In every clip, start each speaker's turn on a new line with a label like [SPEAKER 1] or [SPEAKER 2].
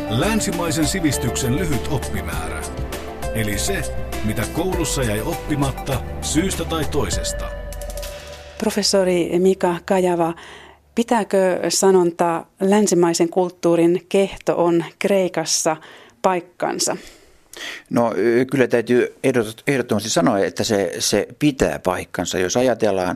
[SPEAKER 1] Länsimaisen sivistyksen lyhyt oppimäärä. Eli se, mitä koulussa jäi oppimatta syystä tai toisesta.
[SPEAKER 2] Professori Mika Kajava, pitääkö sanonta länsimaisen kulttuurin kehto on Kreikassa paikkansa?
[SPEAKER 3] No kyllä täytyy ehdottomasti sanoa, että se pitää paikkansa. Jos ajatellaan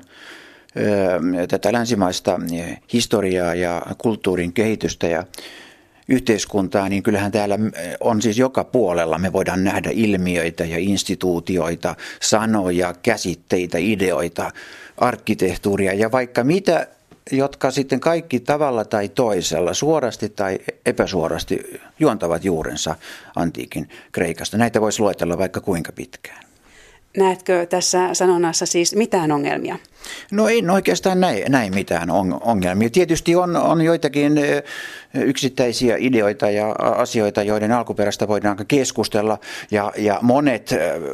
[SPEAKER 3] tätä länsimaista historiaa ja kulttuurin kehitystä ja yhteiskuntaa, niin kyllähän täällä on siis joka puolella. Me voidaan nähdä ilmiöitä ja instituutioita, sanoja, käsitteitä, ideoita, arkkitehtuuria ja vaikka mitä, jotka sitten kaikki tavalla tai toisella, suorasti tai epäsuorasti juontavat juurensa antiikin Kreikasta. Näitä voisi luetella vaikka kuinka pitkään.
[SPEAKER 2] Näetkö tässä sanonnassa siis mitään ongelmia?
[SPEAKER 3] No en oikeastaan näe mitään ongelmia. Tietysti on joitakin yksittäisiä ideoita ja asioita, joiden alkuperäistä voidaan keskustella. Ja monet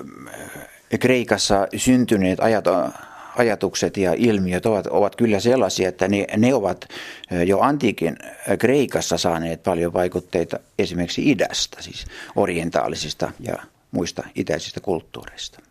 [SPEAKER 3] Kreikassa syntyneet ajatukset ja ilmiöt ovat kyllä sellaisia, että ne ovat jo antiikin Kreikassa saaneet paljon vaikutteita esimerkiksi idästä, siis orientaalisista ja muista itäisistä kulttuureista.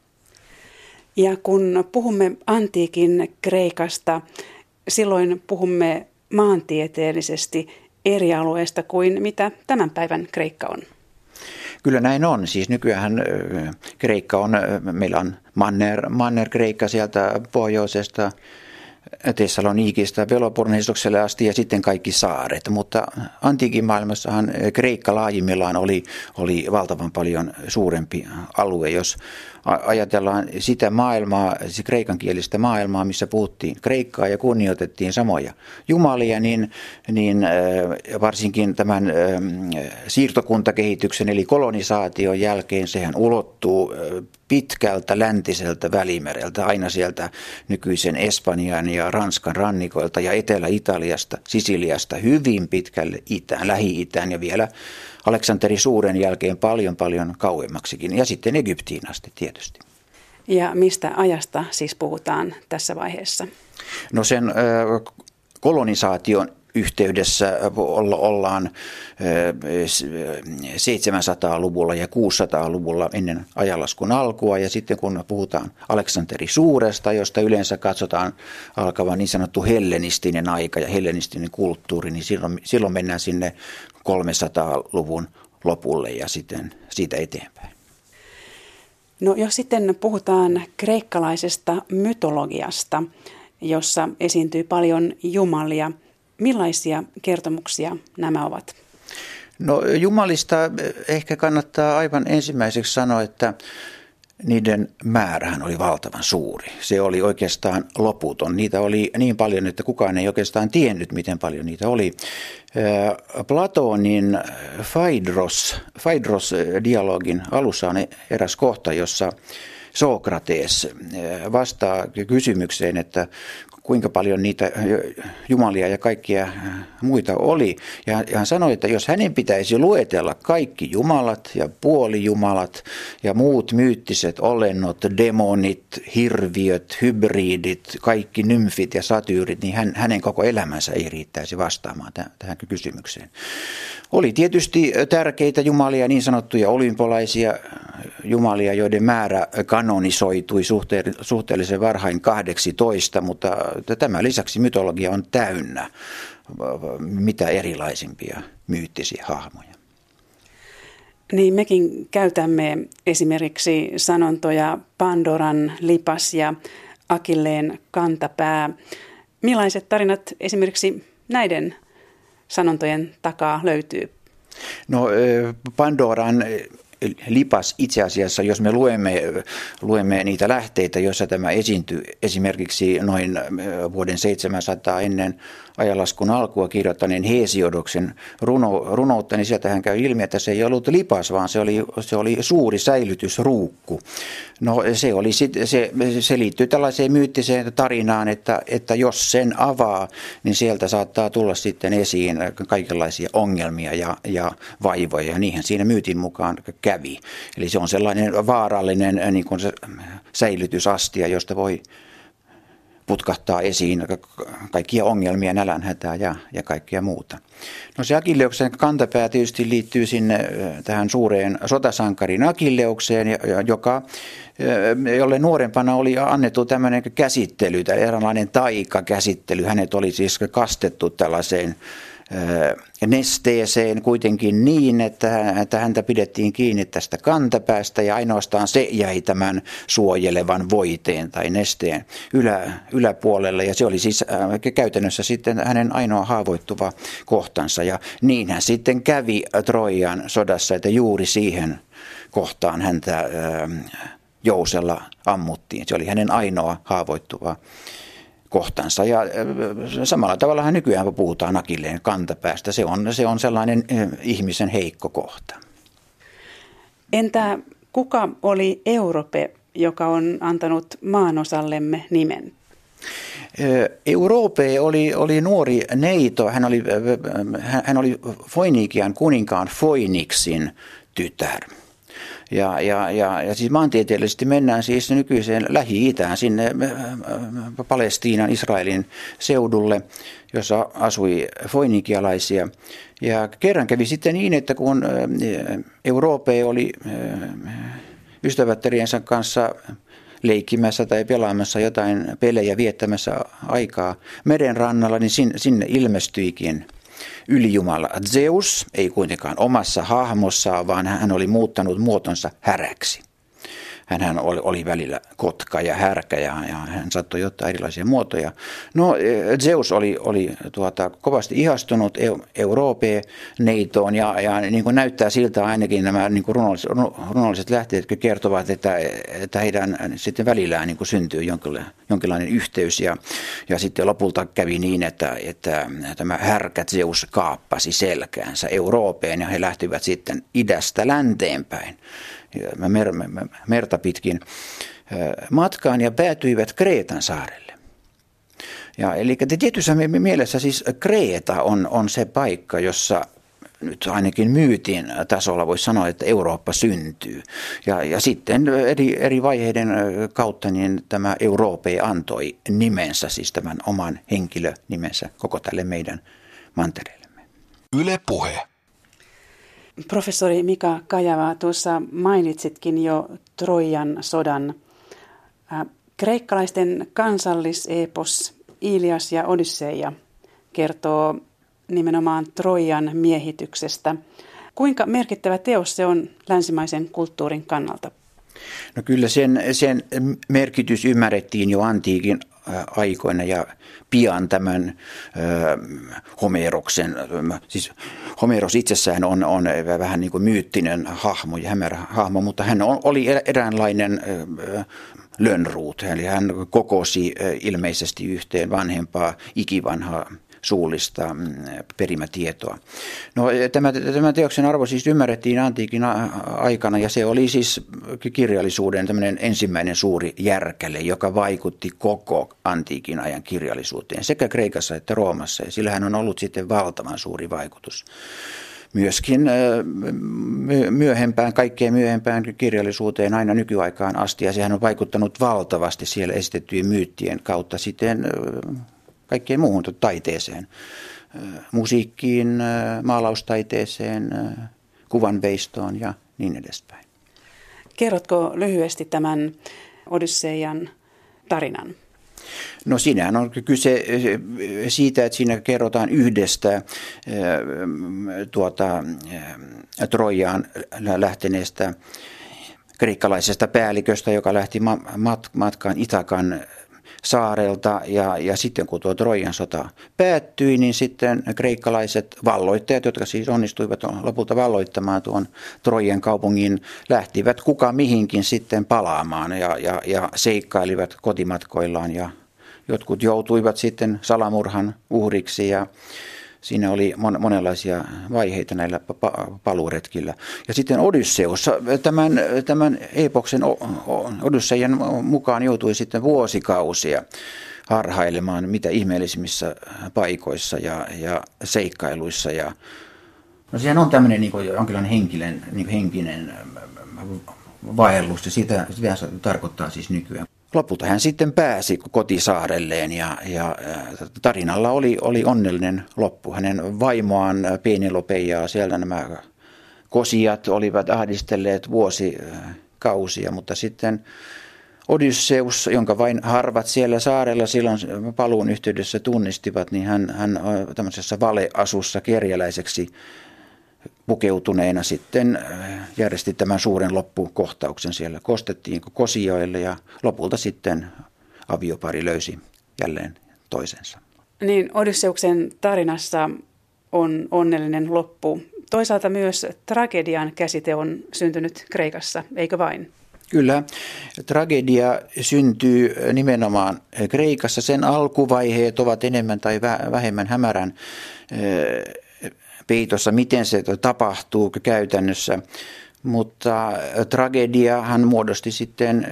[SPEAKER 2] Ja kun puhumme antiikin Kreikasta, silloin puhumme maantieteellisesti eri alueesta kuin mitä tämän päivän Kreikka on.
[SPEAKER 3] Kyllä näin on. Siis nykyään Kreikka on, meillä on Manner-Kreikka sieltä pohjoisesta, Thessalonikista Peloponnesokselle asti ja sitten kaikki saaret. Mutta antiikin maailmassahan Kreikka laajimmillaan oli valtavan paljon suurempi alue. Jos ajatellaan sitä maailmaa, siis kreikankielistä maailmaa, missä puhuttiin kreikkaa ja kunnioitettiin samoja jumalia, niin varsinkin tämän siirtokuntakehityksen eli kolonisaation jälkeen sehän ulottuu pitkältä läntiseltä Välimereltä, aina sieltä nykyisen Espanjan ja Ranskan rannikoilta ja Etelä-Italiasta, Sisiliasta hyvin pitkälle itään, Lähi-itään ja vielä Aleksanteri Suuren jälkeen paljon kauemmaksikin ja sitten Egyptiin asti tietysti.
[SPEAKER 2] Ja mistä ajasta siis puhutaan tässä vaiheessa?
[SPEAKER 3] No sen kolonisaation yhteydessä ollaan 700-luvulla ja 600-luvulla ennen ajanlaskun alkua ja sitten kun puhutaan Aleksanteri Suuresta, josta yleensä katsotaan alkavan niin sanottu hellenistinen aika ja hellenistinen kulttuuri, niin silloin mennään sinne 300-luvun lopulle ja sitten siitä eteenpäin.
[SPEAKER 2] No jos sitten puhutaan kreikkalaisesta mytologiasta, jossa esiintyy paljon jumalia, millaisia kertomuksia nämä ovat?
[SPEAKER 3] No jumalista ehkä kannattaa aivan ensimmäiseksi sanoa, että niiden määrähän oli valtavan suuri. Se oli oikeastaan loputon. Niitä oli niin paljon, että kukaan ei oikeastaan tiennyt, miten paljon niitä oli. Platonin Phaedros-dialogin alussa on eräs kohta, jossa Sokrates vastaa kysymykseen, että kuinka paljon niitä jumalia ja kaikkia muita oli. Ja hän sanoi, että jos hänen pitäisi luetella kaikki jumalat ja puolijumalat ja muut myyttiset olennot, demonit, hirviöt, hybridit, kaikki nymfit ja satyyrit, niin hänen koko elämänsä ei riittäisi vastaamaan tähän kysymykseen. Oli tietysti tärkeitä jumalia, niin sanottuja olympolaisia jumalia, joiden määrä kanonisoitui suhteellisen varhain 18, mutta tämän lisäksi mytologia on täynnä mitä erilaisimpia myyttisiä hahmoja.
[SPEAKER 2] Niin mekin käytämme esimerkiksi sanontoja Pandoran lipas ja Akilleen kantapää. Millaiset tarinat esimerkiksi näiden sanontojen takaa löytyy?
[SPEAKER 3] No Pandoran lipas itse asiassa, jos me luemme niitä lähteitä, joissa tämä esiintyy, esimerkiksi noin vuoden 700 ennen ajanlaskun alkua kirjoittaneen Hesiodoksen runoutta, niin sieltähän käy ilmi, että se ei ollut lipas, vaan se oli suuri säilytysruukku. No se liittyy tällaiseen myyttiseen tarinaan, että jos sen avaa, niin sieltä saattaa tulla sitten esiin kaikenlaisia ongelmia ja vaivoja, ja niinhän siinä myytin mukaan kävi. Eli se on sellainen vaarallinen niin kuin se säilytysastia, josta voi putkahtaa esiin kaikkia ongelmia, nälänhätää ja kaikkea muuta. No se Akilleuksen kantapää tietysti liittyy sinne tähän suureen sotasankarin Akilleukseen, jolle nuorempana oli annettu tämmöinen käsittely, tai eräänlainen taikakäsittely. Hänet oli siis kastettu tällaiseen nesteeseen kuitenkin niin, että häntä pidettiin kiinni tästä kantapäästä ja ainoastaan se jäi tämän suojelevan voiteen tai nesteen yläpuolelle. Ja se oli siis käytännössä sitten hänen ainoa haavoittuva kohtansa. Ja niin hän sitten kävi Troijan sodassa, että juuri siihen kohtaan häntä jousella ammuttiin. Se oli hänen ainoa haavoittuva kohtansa. Ja samalla tavalla nykyään puhutaan Akilleen kantapäästä. Se on sellainen ihmisen heikko kohta.
[SPEAKER 2] Entä kuka oli Europe, joka on antanut maanosallemme nimen?
[SPEAKER 3] Europe oli nuori neito. Hän oli Foinikian kuninkaan Foiniksin tytär. Ja siis maantieteellisesti mennään siis nykyiseen Lähi-Itään, sinne Palestiinan, Israelin seudulle, jossa asui foinikialaisia. Ja kerran kävi sitten niin, että kun Europe oli ystävättäriensä kanssa leikkimässä tai pelaamassa jotain pelejä, viettämässä aikaa meren rannalla, niin sinne ilmestyikin ylijumala Zeus, ei kuitenkaan omassa hahmossaan, vaan hän oli muuttanut muotonsa häräksi. Hänhän oli välillä kotka ja härkä ja hän saattoi ottaa erilaisia muotoja. No Zeus oli kovasti ihastunut Europe-neitoon ja niin kuin näyttää siltä ainakin nämä niin kuin runolliset lähteet kertovat, että heidän sitten välillään niin kuin syntyy jonkinlainen yhteys ja sitten lopulta kävi niin, että tämä härkä Zeus kaappasi selkäänsä Europeen ja he lähtivät sitten idästä länteenpäin merta pitkin matkaan ja päätyivät Kreetan saarelle. Ja eli tietyssä mielessä siis Kreeta on se paikka, jossa nyt ainakin myytin tasolla voisi sanoa, että Eurooppa syntyy. Ja sitten eri vaiheiden kautta niin tämä Europe antoi nimensä, siis tämän oman henkilönimensä koko tälle meidän mantereellemme.
[SPEAKER 1] Yle Puhe.
[SPEAKER 2] Professori Mika Kajava, tuossa mainitsitkin jo Troijan sodan. Kreikkalaisten kansallisepos Ilias ja Odysseia kertoo nimenomaan Troijan miehityksestä. Kuinka merkittävä teos se on länsimaisen kulttuurin kannalta?
[SPEAKER 3] No kyllä sen merkitys ymmärrettiin jo antiikin aikoina ja pian tämän Homeroksen, siis Homeros itsessään on vähän niin kuin myyttinen hahmo ja hämärä hahmo, mutta hän oli eräänlainen Lönnrot, eli hän kokosi ilmeisesti yhteen vanhempaa ikivanhaa suullista perimätietoa. No, tämä teoksen arvo siis ymmärrettiin antiikin aikana ja se oli siis kirjallisuuden tämmöinen ensimmäinen suuri järkäle, joka vaikutti koko antiikin ajan kirjallisuuteen sekä Kreikassa että Roomassa ja sillähän on ollut sitten valtavan suuri vaikutus. Myöskin kaikkein myöhempään kirjallisuuteen aina nykyaikaan asti ja sehän on vaikuttanut valtavasti siellä esitettyjen myyttien kautta sitten kaikkeen muuhun taiteeseen, musiikkiin, maalaustaiteeseen, kuvanveistoon ja niin edespäin.
[SPEAKER 2] Kerrotko lyhyesti tämän Odysseian tarinan?
[SPEAKER 3] No siinähän on kyse siitä, että siinä kerrotaan yhdestä Troijaan lähteneestä kreikkalaisesta päälliköstä, joka lähti matkaan Itakan saarelta ja sitten kun tuo Troijan sota päättyi, niin sitten kreikkalaiset valloittajat, jotka siis onnistuivat lopulta valloittamaan tuon Troijan kaupungin, lähtivät kuka mihinkin sitten palaamaan ja seikkailivat kotimatkoillaan ja jotkut joutuivat sitten salamurhan uhriksi ja siinä oli monenlaisia vaiheita näillä paluuretkillä. Ja sitten Odysseus, tämän epoksen Odysseian mukaan joutui sitten vuosikausia harhailemaan mitä ihmeellisimmissä paikoissa ja seikkailuissa. No sehän on tämmöinen niin kuin jonkinlainen henkinen vaellus ja sitä tarkoittaa siis nykyään. lopulta hän sitten pääsi kotisaarelleen ja tarinalla oli onnellinen loppu. Hänen vaimoaan Penelopeiaa siellä nämä kosijat olivat ahdistelleet vuosikausia, mutta sitten Odysseus, jonka vain harvat siellä saarella silloin paluun yhteydessä tunnistivat, niin hän tämmöisessä valeasussa kerjäläiseksi pukeutuneena sitten järjesti tämän suuren loppukohtauksen siellä. Kostettiin Kosijoille ja lopulta sitten aviopari löysi jälleen toisensa.
[SPEAKER 2] Niin, Odysseuksen tarinassa on onnellinen loppu. Toisaalta myös tragedian käsite on syntynyt Kreikassa, eikö vain?
[SPEAKER 3] Kyllä, tragedia syntyy nimenomaan Kreikassa. Sen alkuvaiheet ovat enemmän tai vähemmän hämärän peitossa, miten se tapahtuu käytännössä, mutta tragediahan muodosti sitten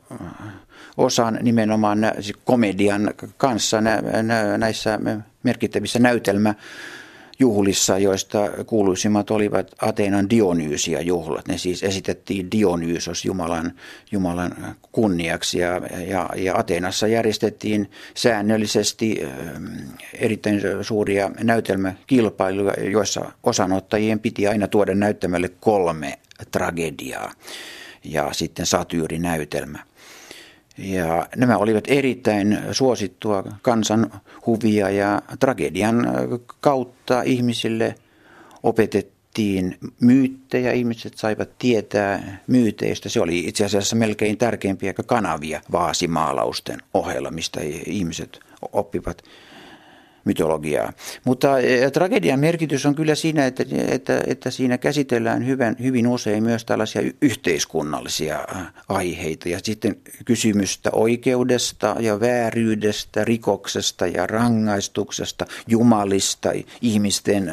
[SPEAKER 3] osan nimenomaan komedian kanssa näissä merkittävissä näytelmäjuhlissa, joista kuuluisimmat olivat Ateenan Dionyysia-juhlat. Ne siis esitettiin Dionysos Jumalan kunniaksi ja Ateenassa järjestettiin säännöllisesti erittäin suuria näytelmäkilpailuja, joissa osanottajien piti aina tuoda näyttämälle 3 tragediaa ja sitten satyyrinäytelmä. Ja nämä olivat erittäin suosittua kansanhuvia ja tragedian kautta ihmisille opetettiin myyttejä. Ihmiset saivat tietää myyteistä. Se oli itse asiassa melkein tärkeimpiä kanavia vaasimaalausten ohella, mistä ihmiset oppivat mytologiaa. Mutta tragedian merkitys on kyllä siinä, että siinä käsitellään hyvin usein myös tällaisia yhteiskunnallisia aiheita ja sitten kysymystä oikeudesta ja vääryydestä, rikoksesta ja rangaistuksesta, jumalista, ihmisten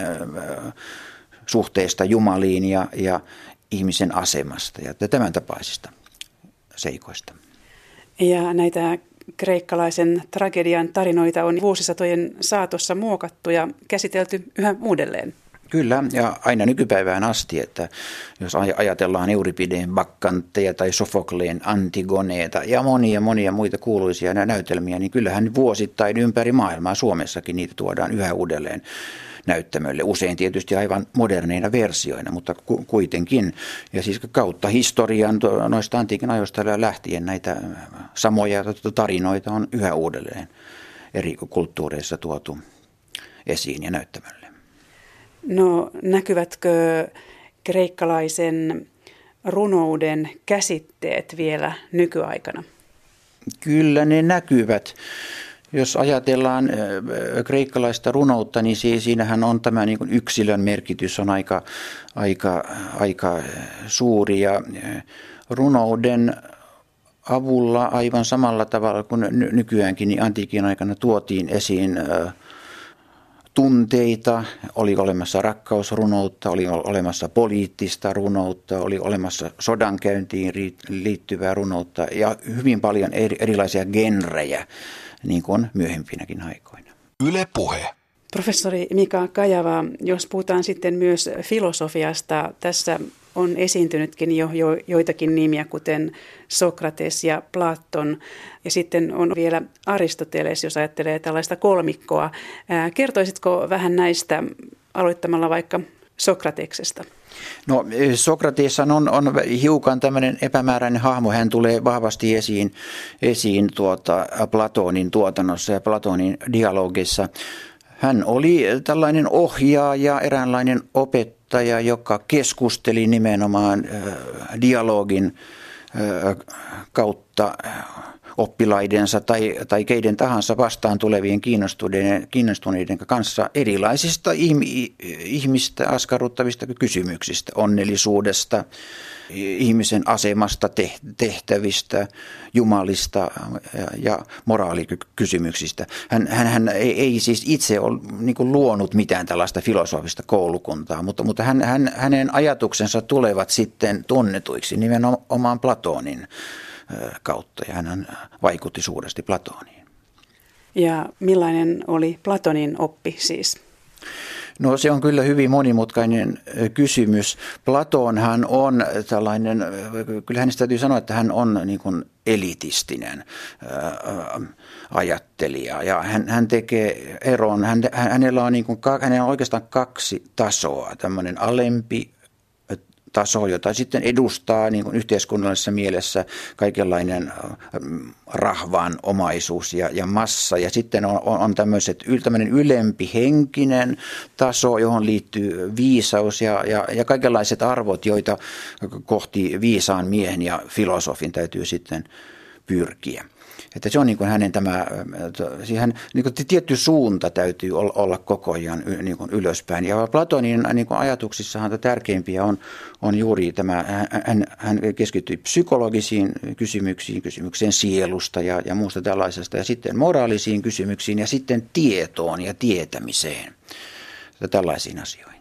[SPEAKER 3] suhteesta jumaliin ja ihmisen asemasta ja tämän tapaisista seikoista.
[SPEAKER 2] Ja näitä kreikkalaisen tragedian tarinoita on vuosisatojen saatossa muokattu ja käsitelty yhä uudelleen.
[SPEAKER 3] Kyllä, ja aina nykypäivään asti, että jos ajatellaan Euripideen Bakkantteja tai Sofokleen Antigoneeta ja monia muita kuuluisia näytelmiä, niin kyllähän vuosittain ympäri maailmaa Suomessakin niitä tuodaan yhä uudelleen näyttämölle. Usein tietysti aivan moderneina versioina, mutta kuitenkin. Ja siis kautta historian noista antiikin ajoista lähtien näitä samoja tarinoita on yhä uudelleen eri kulttuureissa tuotu esiin ja näyttämölle.
[SPEAKER 2] No, näkyvätkö kreikkalaisen runouden käsitteet vielä nykyaikana? Kyllä
[SPEAKER 3] ne näkyvät. Jos ajatellaan kreikkalaista runoutta, niin siinähän on tämä niin kuin yksilön merkitys on aika suuri ja runouden avulla aivan samalla tavalla kuin nykyäänkin niin antiikin aikana tuotiin esiin tunteita, oli olemassa rakkausrunoutta, oli olemassa poliittista runoutta, oli olemassa sodankäyntiin liittyvää runoutta ja hyvin paljon erilaisia genrejä, niin kuin myöhempinäkin aikoina.
[SPEAKER 1] Yle Puhe.
[SPEAKER 2] Professori Mika Kajava, jos puhutaan sitten myös filosofiasta, tässä on esiintynytkin jo joitakin nimiä, kuten Sokrates ja Platon, ja sitten on vielä Aristoteles, jos ajattelee tällaista kolmikkoa. Kertoisitko vähän näistä aloittamalla vaikka Sokrateksesta?
[SPEAKER 3] No, Sokrates on hiukan tämmöinen epämääräinen hahmo. Hän tulee vahvasti esiin Platonin tuotannossa ja Platonin dialogissa. Hän oli tällainen ohjaaja, eräänlainen opettaja, joka keskusteli nimenomaan dialogin kautta oppilaidensa tai keiden tahansa vastaan tulevien kiinnostuneiden kanssa erilaisista ihmistä askarruttavista kysymyksistä, onnellisuudesta, ihmisen asemasta, tehtävistä, jumalista ja moraalikysymyksistä. Hän ei siis itse ole niin kuin luonut mitään tällaista filosofista koulukuntaa, mutta hänen ajatuksensa tulevat sitten tunnetuiksi nimenomaan Platonin kautta ja hän vaikutti suuresti Platoniin.
[SPEAKER 2] Ja millainen oli Platonin oppi siis?
[SPEAKER 3] No se on kyllä hyvin monimutkainen kysymys. Platonhan on tällainen, kyllä hänestä täytyy sanoa, että hän on niin kuin elitistinen ajattelija ja hän tekee eron, hänellä on, hänellä on oikeastaan kaksi tasoa, tämmöinen alempi taso, jota sitten edustaa niin kuin yhteiskunnallisessa mielessä kaikenlainen rahvan omaisuus ja massa. Ja sitten on tämmöinen ylempi henkinen taso, johon liittyy viisaus ja kaikenlaiset arvot, joita kohti viisaan miehen ja filosofin täytyy sitten pyrkiä. Että se on niin kuin hänen siihen niin kuin tietty suunta täytyy olla koko ajan niin kuin ylöspäin. Ja Platonin niin kuin ajatuksissahan tärkeimpiä on juuri tämä, hän keskittyy psykologisiin kysymykseen sielusta ja muusta tällaisesta, ja sitten moraalisiin kysymyksiin ja sitten tietoon ja tietämiseen ja tällaisiin asioihin.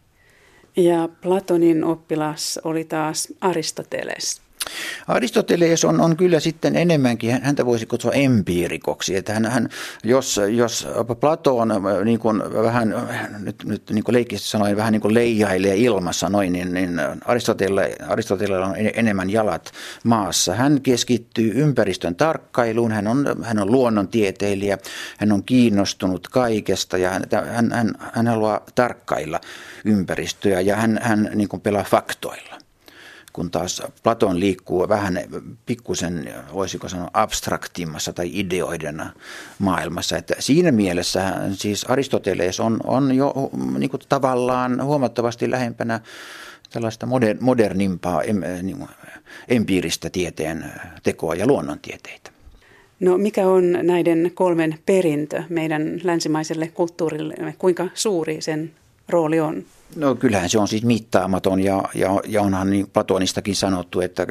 [SPEAKER 2] Ja Platonin oppilas oli taas Aristoteles.
[SPEAKER 3] Aristoteles on kyllä sitten enemmänkin, häntä voisi kutsua empiirikoksi, että jos Platon niin kuin vähän, nyt niin kuin leikkisti sanoen, vähän niin kuin leijailee ilmassa noin, niin Aristotelella on enemmän jalat maassa. Hän keskittyy ympäristön tarkkailuun, hän on luonnontieteilijä, hän on kiinnostunut kaikesta ja hän haluaa tarkkailla ympäristöä ja hän niin kuin pelaa faktoilla. Kun taas Platon liikkuu vähän pikkusen, voisiko sanoa, abstraktimmassa tai ideoiden maailmassa. Että siinä mielessä siis Aristoteles on jo niin kuin tavallaan huomattavasti lähempänä tällaista modernimpaa empiiristä tieteen tekoa ja luonnontieteitä.
[SPEAKER 2] No mikä on näiden kolmen perintö meidän länsimaiselle kulttuurille? Kuinka suuri sen rooli on?
[SPEAKER 3] No kyllähän se on siis mittaamaton ja onhan niin Platonistakin sanottu, että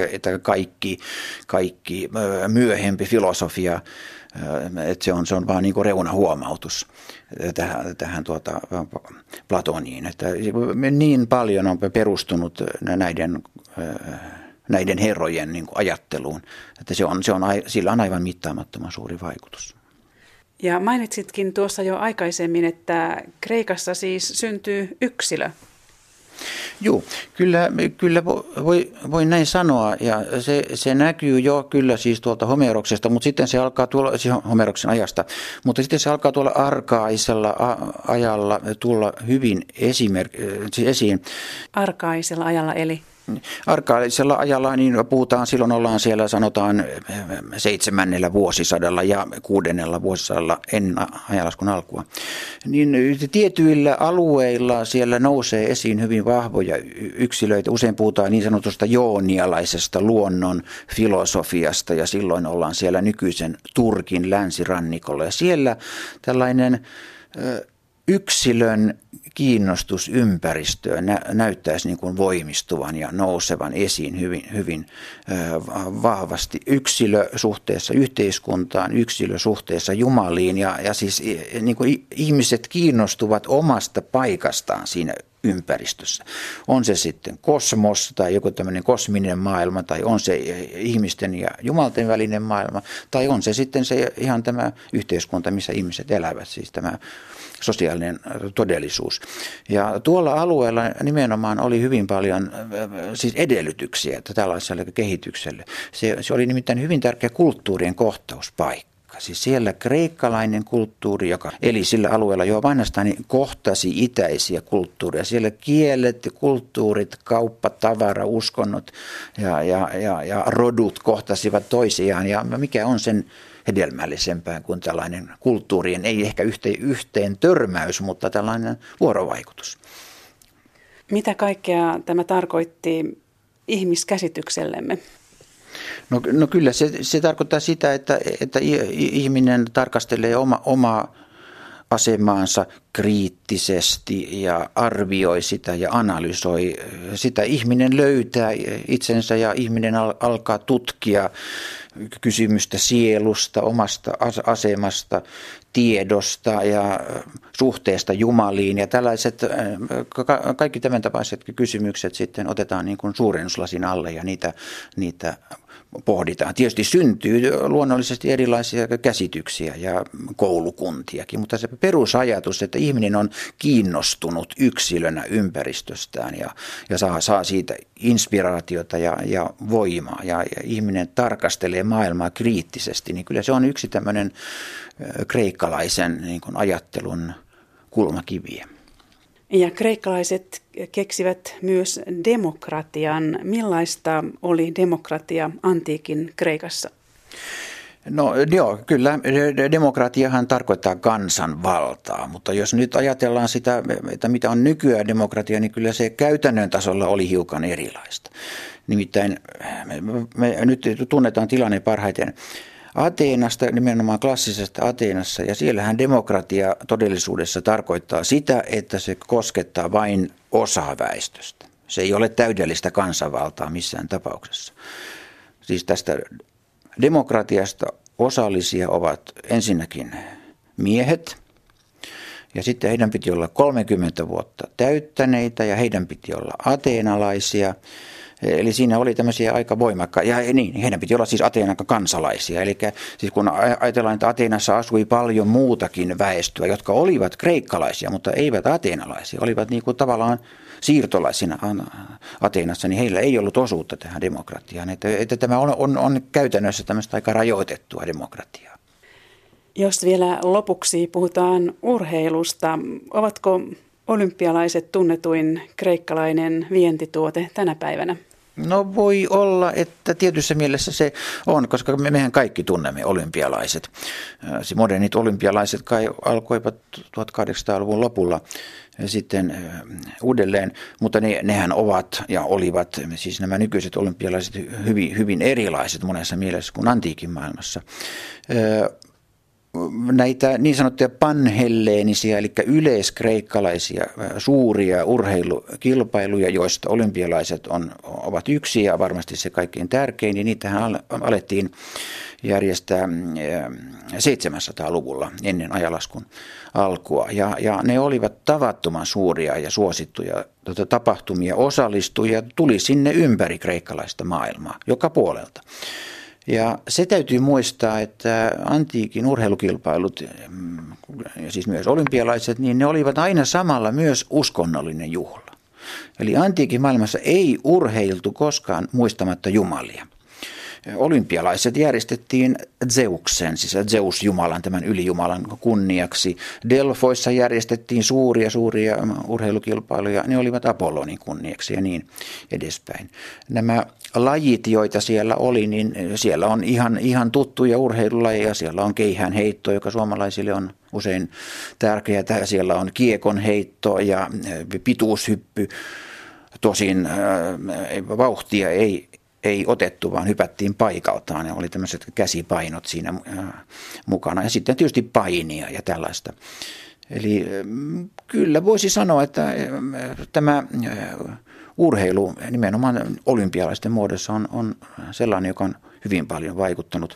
[SPEAKER 3] kaikki myöhempi filosofia, että se on vaan niin kuin reunahuomautus tähän Platoniin. Että niin paljon on perustunut näiden herrojen niin kuin ajatteluun, että sillä on aivan mittaamattoman suuri vaikutus.
[SPEAKER 2] Ja mainitsitkin tuossa jo aikaisemmin, että Kreikassa siis syntyy yksilö.
[SPEAKER 3] Joo, kyllä voi näin sanoa ja se näkyy jo kyllä siis tuolta Homeroksesta, mutta sitten se alkaa tuolla Homeroksen ajasta, mutta sitten se alkaa tuolla arkaisella ajalla tulla hyvin esiin.
[SPEAKER 2] Arkaisella ajalla eli?
[SPEAKER 3] Arkaisella ajalla niin silloin ollaan siellä sanotaan 7. vuosisadalla ja 6. vuosisadalla ennen ajanlaskun alkua. Niin tietyillä alueilla siellä nousee esiin hyvin vahvoja yksilöitä. Usein puhutaan niin sanotusta joonialaisesta luonnon filosofiasta ja silloin ollaan siellä nykyisen Turkin länsirannikolla. Ja siellä tällainen yksilön kiinnostus ympäristöön näyttäisi niin kuin voimistuvan ja nousevan esiin hyvin vahvasti. Yksilö suhteessa yhteiskuntaan, yksilö suhteessa Jumaliin ja siis niin kuin ihmiset kiinnostuvat omasta paikastaan siinä ympäristössä. On se sitten kosmos tai joku tämmöinen kosminen maailma tai on se ihmisten ja jumalten välinen maailma tai on se sitten se ihan tämä yhteiskunta, missä ihmiset elävät, siis tämä sosiaalinen todellisuus. Ja tuolla alueella nimenomaan oli hyvin paljon siis edellytyksiä tällaiselle kehitykselle. Se oli nimittäin hyvin tärkeä kulttuurien kohtauspaikka. Siis siellä kreikkalainen kulttuuri, joka eli sillä alueella jo vanhastaan, niin kohtasi itäisiä kulttuureja. Siellä kielet, kulttuurit, kauppa, tavara, uskonnot ja rodut kohtasivat toisiaan. Ja mikä on sen hedelmällisempää kuin tällainen kulttuurien, ei ehkä yhteen törmäys, mutta tällainen vuorovaikutus.
[SPEAKER 2] Mitä kaikkea tämä tarkoitti ihmiskäsityksellemme?
[SPEAKER 3] No kyllä se tarkoittaa sitä, että ihminen tarkastelee omaa asemaansa kriittisesti ja arvioi sitä ja analysoi sitä. Ihminen löytää itsensä ja ihminen alkaa tutkia kysymystä sielusta, omasta asemasta, tiedosta ja suhteesta Jumaliin ja tällaiset, kaikki tämän tapaiset kysymykset sitten otetaan niin kuin suurennuslasin alle ja niitä pohditaan. Tietysti syntyy luonnollisesti erilaisia käsityksiä ja koulukuntiakin, mutta se perusajatus, että ihminen on kiinnostunut yksilönä ympäristöstään ja saa siitä inspiraatiota ja voimaa ja ihminen tarkastelee maailmaa kriittisesti, niin kyllä se on yksi tämmöinen kreikkalaisen niin kuin ajattelun kulmakiviä.
[SPEAKER 2] Ja kreikkalaiset keksivät myös demokratian. Millaista oli demokratia antiikin Kreikassa?
[SPEAKER 3] No joo, kyllä demokratiahan tarkoittaa kansanvaltaa, mutta jos nyt ajatellaan sitä, että mitä on nykyään demokratia, niin kyllä se käytännön tasolla oli hiukan erilaista. Nimittäin me nyt tunnetaan tilanne parhaiten Ateenasta, nimenomaan klassisesta Ateenassa, ja siellähän demokratia todellisuudessa tarkoittaa sitä, että se koskettaa vain osaa väestöstä. Se ei ole täydellistä kansanvaltaa missään tapauksessa. Siis tästä demokratiasta osallisia ovat ensinnäkin miehet, ja sitten heidän piti olla 30 vuotta täyttäneitä, ja heidän piti olla ateenalaisia. Eli siinä oli tämmöisiä aika voimakkaita, ja niin, heidän piti olla siis Ateenan kansalaisia. Eli siis kun ajatellaan, että Ateenassa asui paljon muutakin väestöä, jotka olivat kreikkalaisia, mutta eivät ateenalaisia, olivat niin kuin tavallaan siirtolaisina Ateenassa, niin heillä ei ollut osuutta tähän demokratiaan. Että tämä on käytännössä tämmöistä aika rajoitettua demokratiaa.
[SPEAKER 2] Jos vielä lopuksi puhutaan urheilusta, ovatko olympialaiset tunnetuin kreikkalainen vientituote tänä päivänä?
[SPEAKER 3] No voi olla, että tietyssä mielessä se on, koska mehän kaikki tunnemme olympialaiset. Modernit olympialaiset kai alkoivat 1800-luvun lopulla sitten uudelleen, mutta nehän ovat ja olivat, siis nämä nykyiset olympialaiset hyvin, hyvin erilaiset monessa mielessä kuin antiikin maailmassa. Näitä niin sanottuja panhelleenisia, eli yleiskreikkalaisia suuria urheilukilpailuja, joista olympialaiset ovat yksi ja varmasti se kaikkein tärkein, niin niitähän alettiin järjestää 700-luvulla ennen ajanlaskun alkua. Ja ne olivat tavattoman suuria ja suosittuja tapahtumia, osallistujia tuli sinne ympäri kreikkalaista maailmaa, joka puolelta. Ja se täytyy muistaa, että antiikin urheilukilpailut, ja siis myös olympialaiset, niin ne olivat aina samalla myös uskonnollinen juhla. Eli antiikin maailmassa ei urheiltu koskaan muistamatta jumalia. Olympialaiset järjestettiin Zeuksen, siis Zeus-jumalan, tämän ylijumalan kunniaksi. Delfoissa järjestettiin suuria urheilukilpailuja, ne olivat Apollonin kunniaksi ja niin edespäin. Nämä lajit, joita siellä oli, niin siellä on ihan tuttuja urheilulajeja. Siellä on keihäänheitto, joka suomalaisille on usein tärkeää. Siellä on kiekonheitto ja pituushyppy. Tosin vauhtia ei otettu, vaan hypättiin paikaltaan ja oli tämmöiset käsipainot siinä mukana. Ja sitten tietysti painia ja tällaista. Eli kyllä voisi sanoa, että tämä urheilu nimenomaan olympialaisten muodossa on sellainen, joka on hyvin paljon vaikuttanut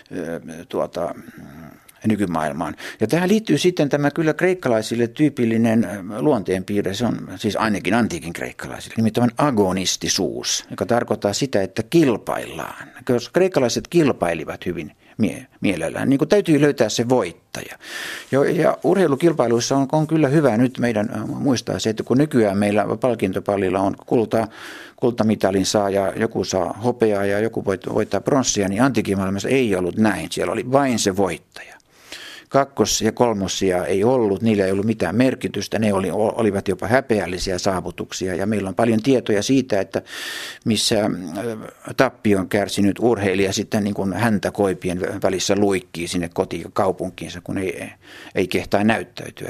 [SPEAKER 3] nykymaailmaan. Ja tähän liittyy sitten tämä kyllä kreikkalaisille tyypillinen luonteenpiirre, se on siis ainakin antiikin kreikkalaisille, nimittäin agonistisuus, joka tarkoittaa sitä, että kilpaillaan. Koska kreikkalaiset kilpailivat hyvin mielellään, niin kuin täytyy löytää se voittaja. Ja urheilukilpailuissa on kyllä hyvä nyt meidän muistaa se, että kun nykyään meillä palkintopallilla on kultamitalin saaja, joku saa hopeaa ja joku voittaa pronssia, niin antiikin maailmassa ei ollut näin. Siellä oli vain se voittaja. Kakkos- ja kolmosia ei ollut, niillä ei ollut mitään merkitystä, ne olivat jopa häpeällisiä saavutuksia ja meillä on paljon tietoja siitä, että missä tappion kärsinyt urheilija sitten niin kuin häntä koipien välissä luikkii sinne kotikaupunkiinsa, kun ei kehtaa näyttäytyä.